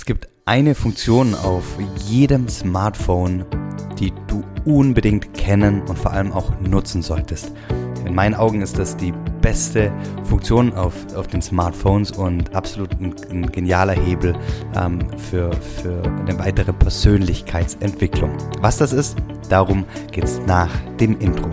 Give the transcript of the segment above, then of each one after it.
Es gibt eine Funktion auf jedem Smartphone, die du unbedingt kennen und vor allem auch nutzen solltest. In meinen Augen ist das die beste Funktion auf den Smartphones und absolut ein genialer Hebel für eine weitere Persönlichkeitsentwicklung. Was das ist, darum geht's nach dem Intro.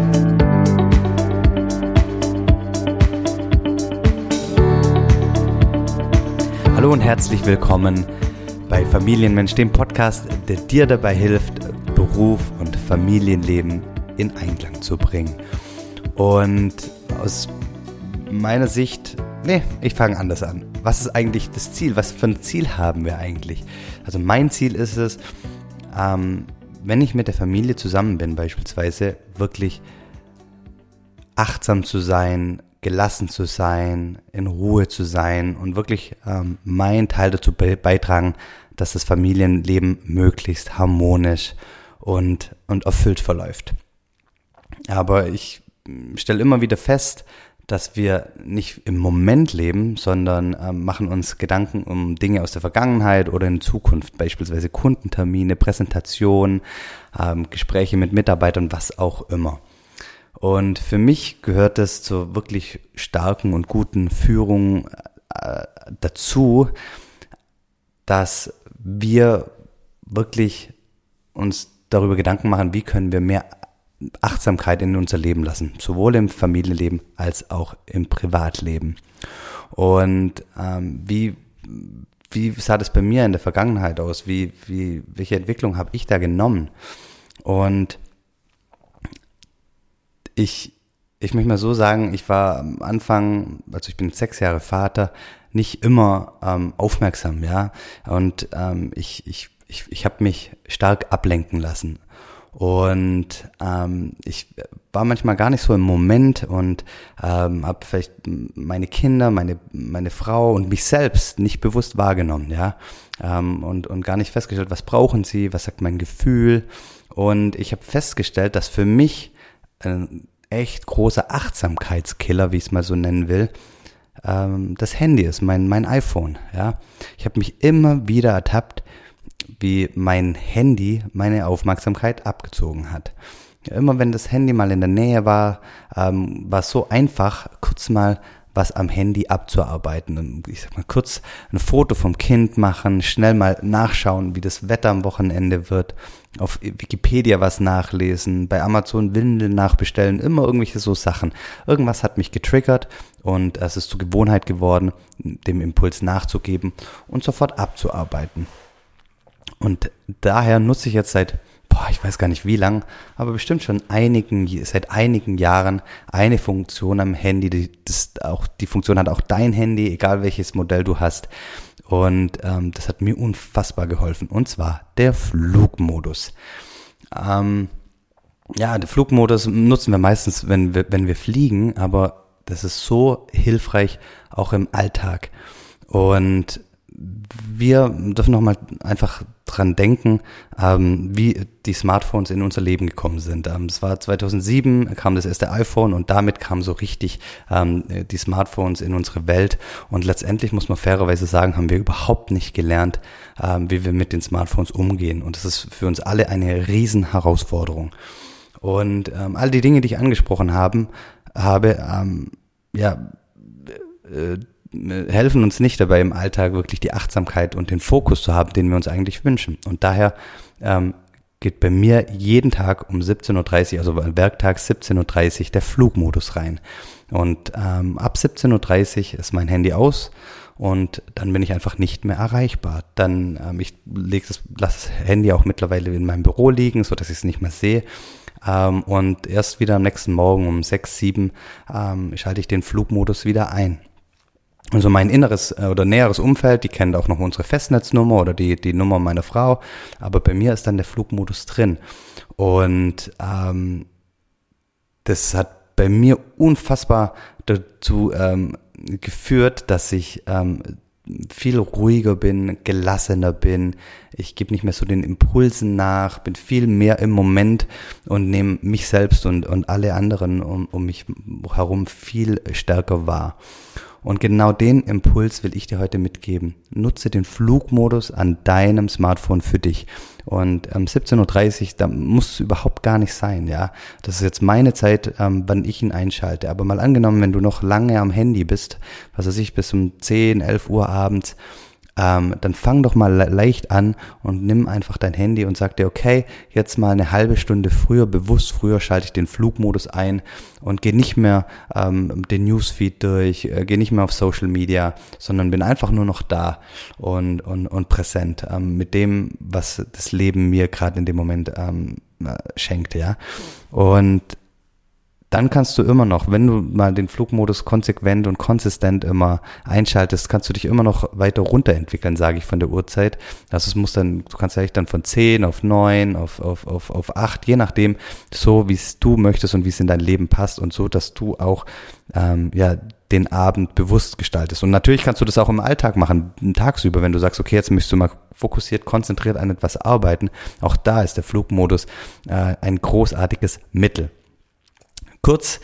Hallo und herzlich willkommen bei Familienmensch, dem Podcast, der dir dabei hilft, Beruf und Familienleben in Einklang zu bringen. Und aus meiner Sicht, ich fange anders an. Was ist eigentlich das Ziel? Was für ein Ziel haben wir eigentlich? Also mein Ziel ist es, wenn ich mit der Familie zusammen bin, beispielsweise wirklich achtsam zu sein, gelassen zu sein, in Ruhe zu sein und wirklich meinen Teil dazu beitragen, dass das Familienleben möglichst harmonisch und erfüllt verläuft. Aber ich stelle immer wieder fest, dass wir nicht im Moment leben, sondern machen uns Gedanken um Dinge aus der Vergangenheit oder in Zukunft, beispielsweise Kundentermine, Präsentationen, Gespräche mit Mitarbeitern, was auch immer. Und für mich gehört es zur wirklich starken und guten Führung dazu, dass wir wirklich uns darüber Gedanken machen, wie können wir mehr Achtsamkeit in unser Leben lassen, sowohl im Familienleben als auch im Privatleben. Und wie sah das bei mir in der Vergangenheit aus? Welche Entwicklung habe ich da genommen? Und ich möchte mal so sagen, ich war am Anfang, also ich bin 6 Jahre Vater, nicht immer aufmerksam, ja. Und ich habe mich stark ablenken lassen. Und ich war manchmal gar nicht so im Moment und habe vielleicht meine Kinder, meine Frau und mich selbst nicht bewusst wahrgenommen, ja. Und gar nicht festgestellt, was brauchen sie, was sagt mein Gefühl. Und ich habe festgestellt, dass für mich ein echt großer Achtsamkeitskiller, wie ich es mal so nennen will, das Handy ist, mein iPhone. Ja, ich habe mich immer wieder ertappt, wie mein Handy meine Aufmerksamkeit abgezogen hat. Ja, immer wenn das Handy mal in der Nähe war, war es so einfach, kurz mal was am Handy abzuarbeiten. Ich sag mal kurz ein Foto vom Kind machen, schnell mal nachschauen, wie das Wetter am Wochenende wird, auf Wikipedia was nachlesen, bei Amazon Windeln nachbestellen, immer irgendwelche so Sachen. Irgendwas hat mich getriggert und es ist zur Gewohnheit geworden, dem Impuls nachzugeben und sofort abzuarbeiten. Und daher nutze ich jetzt seit ich weiß gar nicht wie lang, aber bestimmt schon seit einigen Jahren eine Funktion am Handy, die Funktion hat auch dein Handy, egal welches Modell du hast. Und das hat mir unfassbar geholfen, und zwar der Flugmodus. Der Flugmodus nutzen wir meistens, wenn wir fliegen, aber das ist so hilfreich auch im Alltag. Und wir dürfen nochmal einfach dran denken, wie die Smartphones in unser Leben gekommen sind. Es war 2007, kam das erste iPhone und damit kamen so richtig die Smartphones in unsere Welt. Und letztendlich muss man fairerweise sagen, haben wir überhaupt nicht gelernt, wie wir mit den Smartphones umgehen. Und das ist für uns alle eine riesen Herausforderung. Und all die Dinge, die ich angesprochen habe, helfen uns nicht dabei, im Alltag wirklich die Achtsamkeit und den Fokus zu haben, den wir uns eigentlich wünschen. Und daher geht bei mir jeden Tag um 17.30 Uhr, also am Werktag 17.30 Uhr, der Flugmodus rein. Und ab 17.30 Uhr ist mein Handy aus und dann bin ich einfach nicht mehr erreichbar. Dann ich lasse das Handy auch mittlerweile in meinem Büro liegen, so dass ich es nicht mehr sehe. Und erst wieder am nächsten Morgen um 6, 7 schalte ich den Flugmodus wieder ein. Also mein inneres oder näheres Umfeld, die kennt auch noch unsere Festnetznummer oder die Nummer meiner Frau, aber bei mir ist dann der Flugmodus drin. Und das hat bei mir unfassbar dazu geführt, dass ich viel ruhiger bin, gelassener bin. Ich gebe nicht mehr so den Impulsen nach, bin viel mehr im Moment und nehme mich selbst und alle anderen um mich herum viel stärker wahr. Und genau den Impuls will ich dir heute mitgeben. Nutze den Flugmodus an deinem Smartphone für dich. Und 17:30 Uhr, da muss es überhaupt gar nicht sein, ja. Das ist jetzt meine Zeit, wann ich ihn einschalte. Aber mal angenommen, wenn du noch lange am Handy bist, was weiß ich, bis um 10, 11 Uhr abends, dann fang doch mal leicht an und nimm einfach dein Handy und sag dir, okay, jetzt mal eine halbe Stunde früher, bewusst früher schalte ich den Flugmodus ein und gehe nicht mehr den Newsfeed durch, gehe nicht mehr auf Social Media, sondern bin einfach nur noch da und präsent mit dem, was das Leben mir gerade in dem Moment schenkt, ja. Und dann kannst du immer noch, wenn du mal den Flugmodus konsequent und konsistent immer einschaltest, kannst du dich immer noch weiter runterentwickeln, sage ich, von der Uhrzeit. Also es muss dann, du kannst eigentlich dann von 10 auf 9, auf 8, je nachdem, so wie es du möchtest und wie es in dein Leben passt und so, dass du auch den Abend bewusst gestaltest. Und natürlich kannst du das auch im Alltag machen, tagsüber, wenn du sagst, okay, jetzt möchtest du mal fokussiert, konzentriert an etwas arbeiten. Auch da ist der Flugmodus ein großartiges Mittel. Kurz,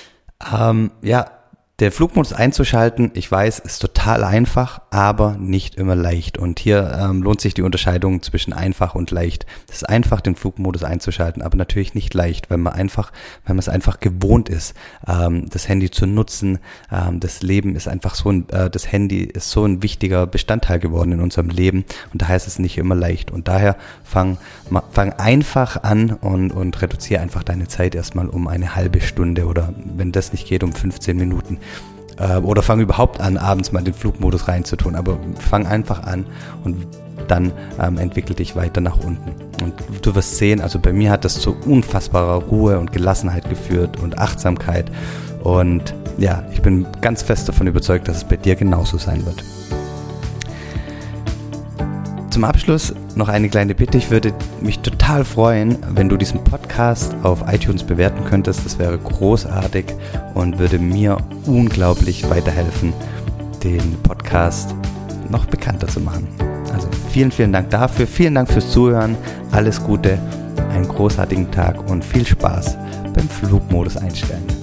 der Flugmodus einzuschalten, ich weiß, ist total einfach, aber nicht immer leicht. Und hier lohnt sich die Unterscheidung zwischen einfach und leicht. Es ist einfach, den Flugmodus einzuschalten, aber natürlich nicht leicht, weil man es einfach gewohnt ist, das Handy zu nutzen. Das Leben ist einfach das Handy ist so ein wichtiger Bestandteil geworden in unserem Leben und daher ist es nicht immer leicht. Und daher fang einfach an und reduziere einfach deine Zeit erstmal um eine halbe Stunde oder wenn das nicht geht, um 15 Minuten. Oder fang überhaupt an, abends mal den Flugmodus reinzutun, aber fang einfach an und dann entwickel dich weiter nach unten. Und du wirst sehen, also bei mir hat das zu unfassbarer Ruhe und Gelassenheit geführt und Achtsamkeit und ja, ich bin ganz fest davon überzeugt, dass es bei dir genauso sein wird. Zum Abschluss noch eine kleine Bitte. Ich würde mich total freuen, wenn du diesen Podcast auf iTunes bewerten könntest. Das wäre großartig und würde mir unglaublich weiterhelfen, den Podcast noch bekannter zu machen. Also vielen, vielen Dank dafür. Vielen Dank fürs Zuhören. Alles Gute, einen großartigen Tag und viel Spaß beim Flugmodus einstellen.